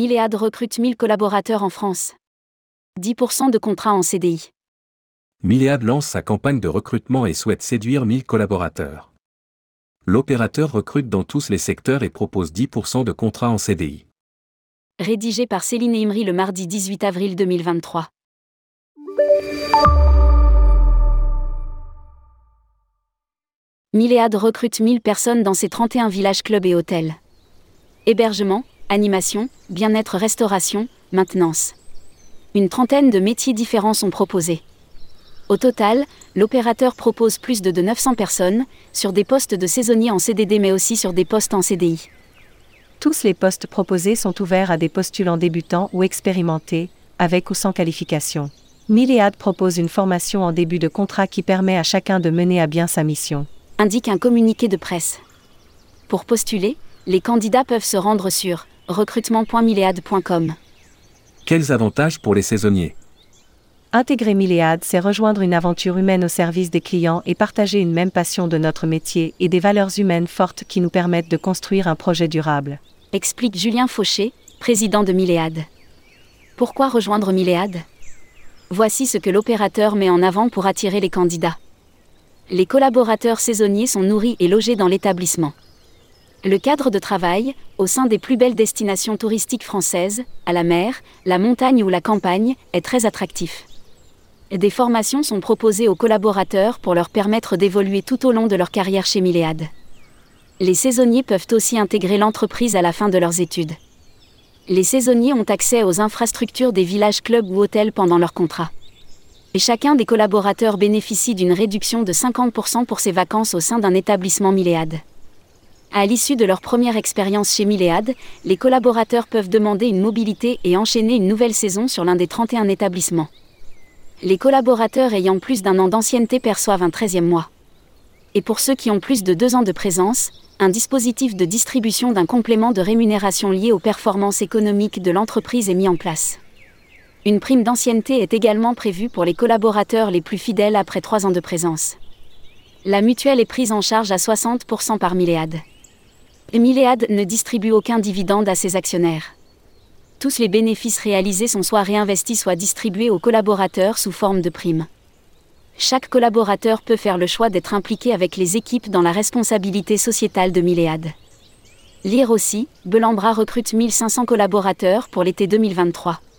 Milléad recrute 1000 collaborateurs en France. 10% de contrats en CDI. Milléad lance sa campagne de recrutement et souhaite séduire 1000 collaborateurs. L'opérateur recrute dans tous les secteurs et propose 10% de contrats en CDI. Rédigé par Céline Imri le mardi 18 avril 2023. Milléad recrute 1000 personnes dans ses 31 villages clubs et hôtels. Hébergement, animation, bien-être, restauration, maintenance. Une trentaine de métiers différents sont proposés. Au total, l'opérateur propose plus de 900 personnes, sur des postes de saisonniers en CDD mais aussi sur des postes en CDI. Tous les postes proposés sont ouverts à des postulants débutants ou expérimentés, avec ou sans qualification. Milléad propose une formation en début de contrat qui permet à chacun de mener à bien sa mission, indique un communiqué de presse. Pour postuler, les candidats peuvent se rendre sur recrutement.milléad.com. Quels avantages pour les saisonniers ? Intégrer Milléad, c'est rejoindre une aventure humaine au service des clients et partager une même passion de notre métier et des valeurs humaines fortes qui nous permettent de construire un projet durable, explique Julien Fauché, président de Milléad. Pourquoi rejoindre Milléad ? Voici ce que l'opérateur met en avant pour attirer les candidats. Les collaborateurs saisonniers sont nourris et logés dans l'établissement. Le cadre de travail, au sein des plus belles destinations touristiques françaises, à la mer, la montagne ou la campagne, est très attractif. Des formations sont proposées aux collaborateurs pour leur permettre d'évoluer tout au long de leur carrière chez Milléad. Les saisonniers peuvent aussi intégrer l'entreprise à la fin de leurs études. Les saisonniers ont accès aux infrastructures des villages clubs ou hôtels pendant leur contrat. Et chacun des collaborateurs bénéficie d'une réduction de 50% pour ses vacances au sein d'un établissement Milléad. À l'issue de leur première expérience chez Milléad, les collaborateurs peuvent demander une mobilité et enchaîner une nouvelle saison sur l'un des 31 établissements. Les collaborateurs ayant plus d'1 an d'ancienneté perçoivent un 13e mois. Et pour ceux qui ont plus de 2 ans de présence, un dispositif de distribution d'un complément de rémunération lié aux performances économiques de l'entreprise est mis en place. Une prime d'ancienneté est également prévue pour les collaborateurs les plus fidèles après 3 ans de présence. La mutuelle est prise en charge à 60% par Milléad. Et Milléad ne distribue aucun dividende à ses actionnaires. Tous les bénéfices réalisés sont soit réinvestis soit distribués aux collaborateurs sous forme de primes. Chaque collaborateur peut faire le choix d'être impliqué avec les équipes dans la responsabilité sociétale de Milléad. Lire aussi, Belambra recrute 1500 collaborateurs pour l'été 2023.